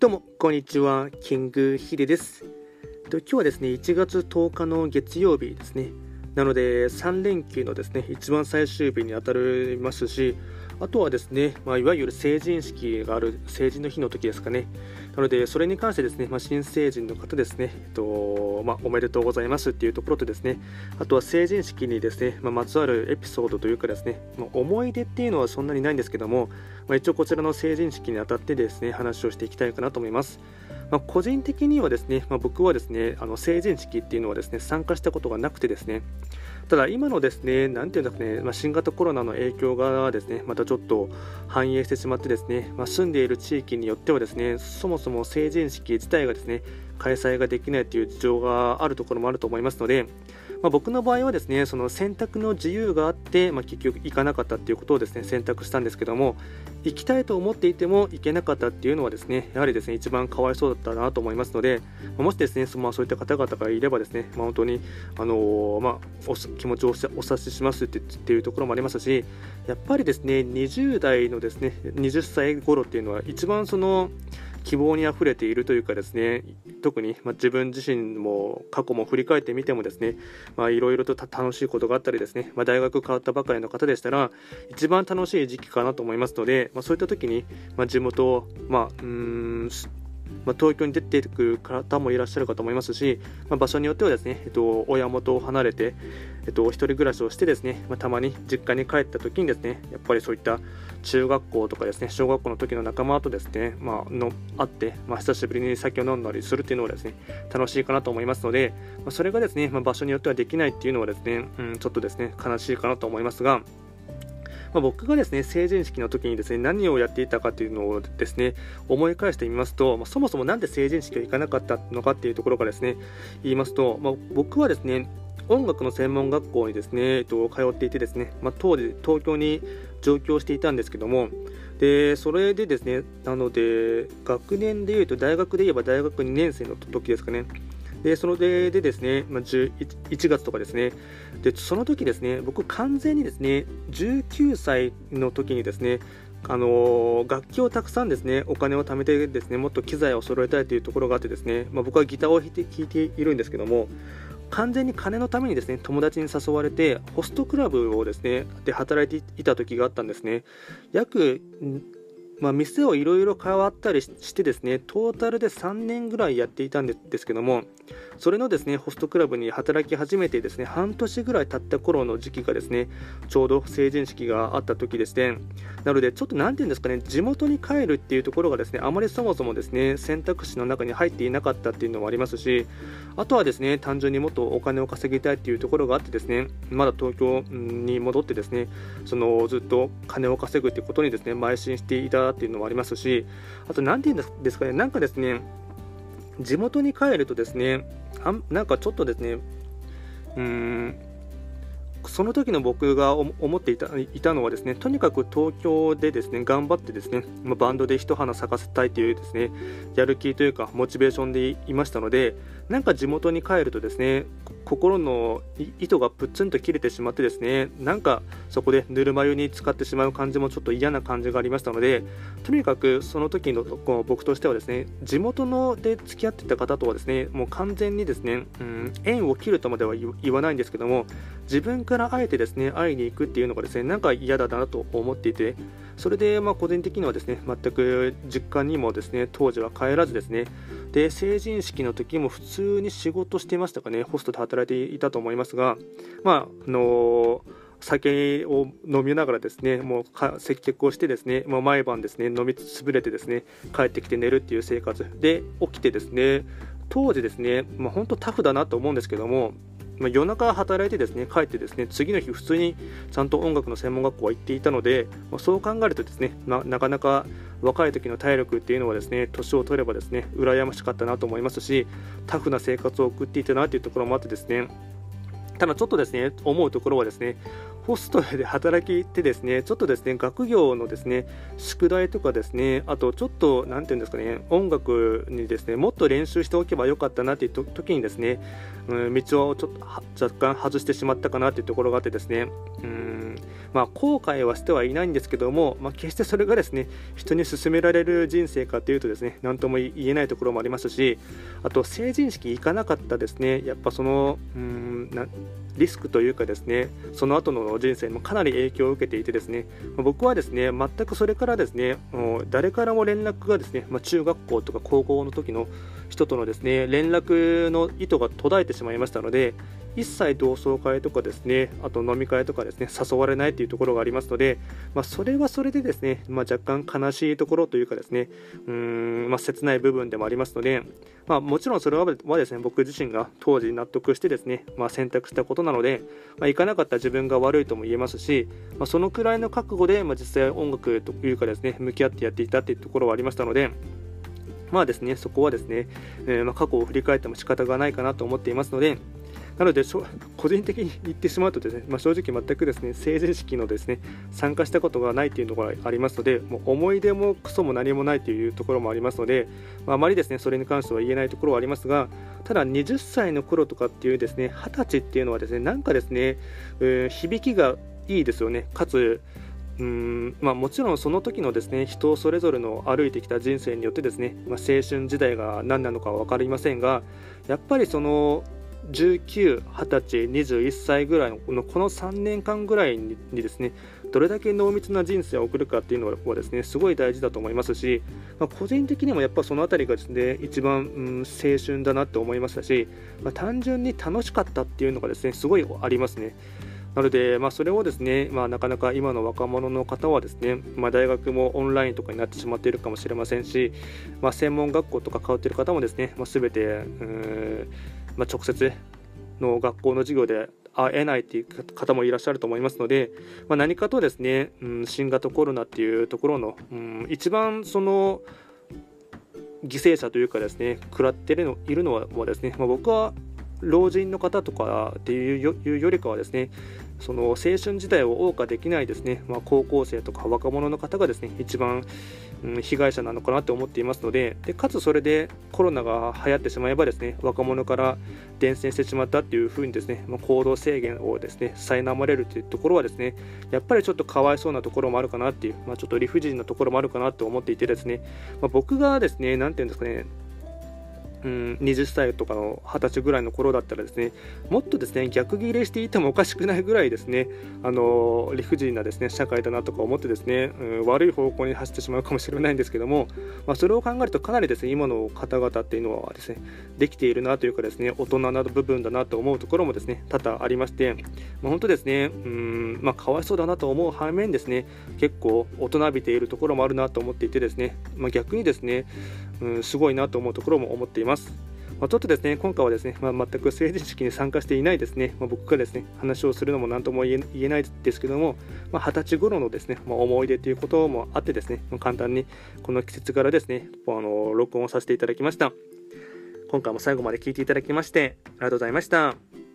どうもこんにちは、キングヒデです。今日はですね1月10日の月曜日ですね。なので3連休のですね一番最終日に当たりますし、あとはですね、いわゆる成人式がある成人の日の時ですかね。なのでそれに関してですね、新成人の方ですね、おめでとうございますっていうところとですね、あとは成人式にですね、まつわるエピソードというかですね、思い出っていうのはそんなにないんですけども、一応こちらの成人式にあたってですね話をしていきたいかなと思います。個人的にはですね、僕はですね成人式っていうのはですね参加したことがなくてですね、ただ今のですねなんていうんですかね、新型コロナの影響がですねまたちょっと反映してしまってですね、住んでいる地域によってはですねそもそも成人式自体がですね開催ができないという事情があるところもあると思いますので、僕の場合はですねその選択の自由があって、結局行かなかったということをですね選択したんですけども、行きたいと思っていても行けなかったっていうのはですねやはりですね一番かわいそうだったなと思いますので、もしですねそういった方々がいればですね、本当に気持ちをお察ししますっていうところもありますし、やっぱりですね20代のですね20歳頃っていうのは一番その希望にあふれているというかですね、特に自分自身も過去も振り返ってみてもですね、いろいろと楽しいことがあったりですね、大学変わったばかりの方でしたら一番楽しい時期かなと思いますので、そういった時に、地元、東京に出てくる方もいらっしゃるかと思いますし、場所によってはですね、親元を離れて、一人暮らしをしてですね、たまに実家に帰った時にですね、やっぱりそういった中学校とかですね小学校の時の仲間とですね、会って、久しぶりに酒を飲んだりするっていうのはですね楽しいかなと思いますので、それがですね、場所によってはできないっていうのはですね、ちょっとですね悲しいかなと思いますが、僕がですね成人式の時にですね何をやっていたかというのをですね思い返してみますと、そもそもなんで成人式を行かなかったのかっていうところからですね言いますと、僕はですね音楽の専門学校にですね、通っていてですね、当時東京に上京していたんですけども、でそれでですねなので学年でいうと大学で言えば大学2年生の時ですかね。でそれでですね、1月とかですね、でその時ですね僕完全にですね19歳の時にですね楽器をたくさんですねお金を貯めてですねもっと機材を揃えたいというところがあってですね、僕はギターを弾いているんですけども、完全に金のためにですね友達に誘われてホストクラブをですねで働いていた時があったんですね。約店をいろいろ変わったりしてですねトータルで3年ぐらいやっていたんですけども、それのですねホストクラブに働き始めてですね半年ぐらい経った頃の時期がですねちょうど成人式があった時でして、なのでちょっと何て言うんですかね、地元に帰るっていうところがですねあまりそもそもですね選択肢の中に入っていなかったっていうのもありますし、あとはですね単純にもっとお金を稼ぎたいっていうところがあってですね、まだ東京に戻ってですねずっと金を稼ぐっていうことにですね邁進していたっていうのもありますし、あと何て言うんですかね、なんかですね地元に帰るとですねなんかちょっとですねその時の僕が思っていたのはですね、とにかく東京でですね頑張ってですね、バンドで一花咲かせたいというですねやる気というかモチベーションでいましたので、なんか地元に帰るとですね心の糸がプッツンと切れてしまってですね、なんかそこでぬるま湯に浸かってしまう感じもちょっと嫌な感じがありましたので、とにかくその時の僕としてはですね地元で付き合っていた方とはですねもう完全にですね、縁を切るとまでは言わないんですけども、自分からあえてですね会いに行くっていうのがですねなんか嫌だなと思っていて、それで個人的にはですね全く実家にもですね当時は帰らずですね、で成人式の時も普通に仕事してましたかね、ホストで働いていたと思いますが、酒を飲みながらですねもう接客をしてですね、毎晩ですね飲みつぶれてですね帰ってきて寝るっていう生活で起きてですね、当時ですね本当タフだなと思うんですけども、夜中働いてですね帰ってですね次の日普通にちゃんと音楽の専門学校は行っていたので、そう考えるとですね、なかなか若い時の体力っていうのはですね年を取ればですね羨ましかったなと思いますし、タフな生活を送っていたなというところもあってですね、ただちょっとですね思うところはですね、ホストで働きってですねちょっとですね学業のですね宿題とかですね、あとちょっとなんていうんですかね、音楽にですねもっと練習しておけばよかったなっていう時にですね、道をちょっと若干外してしまったかなというところがあってですね、 後悔はしてはいないんですけども、決してそれがですね人に勧められる人生かというとですね何とも言えないところもありますし、あと成人式行かなかったですね、やっぱそのリスクというかですね、その後の人生にもかなり影響を受けていてですね、僕はですね全くそれからですね誰からも連絡がですね、中学校とか高校の時の人とのですね連絡の意図が途絶えてしまいましたので、一切同窓会とかですね、あと飲み会とかですね誘われないというところがありますので、それはそれでですね、若干悲しいところというかですね、切ない部分でもありますので、もちろんそれはですね僕自身が当時納得してですね、選択したことなので、行かなかった自分が悪いとも言えますし、そのくらいの覚悟で、実際音楽というかですね向き合ってやっていたというところはありましたので、ですねそこはですね、過去を振り返っても仕方がないかなと思っていますので、なので個人的に言ってしまうとですね、正直全くですね成人式のですね参加したことがないというのがありますので、もう思い出もクソも何もないというところもありますので、あまりですねそれに関しては言えないところはありますが、ただ20歳の頃とかっていうですね20歳っていうのはですねなんかですね響きがいいですよね。かつもちろんその時のですね人それぞれの歩いてきた人生によってですね、青春時代が何なのかは分かりませんが、やっぱりその19、20歳、21歳ぐらいのこの3年間ぐらいにですねどれだけ濃密な人生を送るかっていうのはですねすごい大事だと思いますし、個人的にもやっぱそのあたりがですね一番、青春だなと思いましたし、単純に楽しかったっていうのがですねすごいありますね。なので、それをですね、なかなか今の若者の方はですね、大学もオンラインとかになってしまっているかもしれませんし、専門学校とか通っている方もですね、全て直接の学校の授業で会えないという方もいらっしゃると思いますので、何かとですね、新型コロナっていうところの、一番その犠牲者というかですね食らっているのはですね、僕は老人の方とかっていうよりかはですね、その青春時代を謳歌できないですね、高校生とか若者の方がですね一番、被害者なのかなと思っていますので、かつそれでコロナが流行ってしまえばですね若者から伝染してしまったっていうふうにですね、行動制限をですね苛まれるというところはですねやっぱりちょっとかわいそうなところもあるかなっていう、ちょっと理不尽なところもあるかなと思っていてですね、僕がですねなんていうんですかね、20歳とかの20歳ぐらいの頃だったらですねもっとですね逆ギレしていてもおかしくないぐらいですね理不尽なですね社会だなとか思ってですね、悪い方向に走ってしまうかもしれないんですけども、それを考えるとかなりですね今の方々っていうのはですねできているなというかですね大人な部分だなと思うところもですね多々ありまして、本当ですねかわいそうだなと思う反面ですね結構大人びているところもあるなと思っていてですね、逆にですねすごいなと思うところも思っています。ちょっとですね今回はですね、全く成人式に参加していないですね、僕がですね話をするのも何とも言えないですけども、20歳頃のですね、思い出ということもあってですね簡単にこの季節からですね録音をさせていただきました。今回も最後まで聞いていただきましてありがとうございました。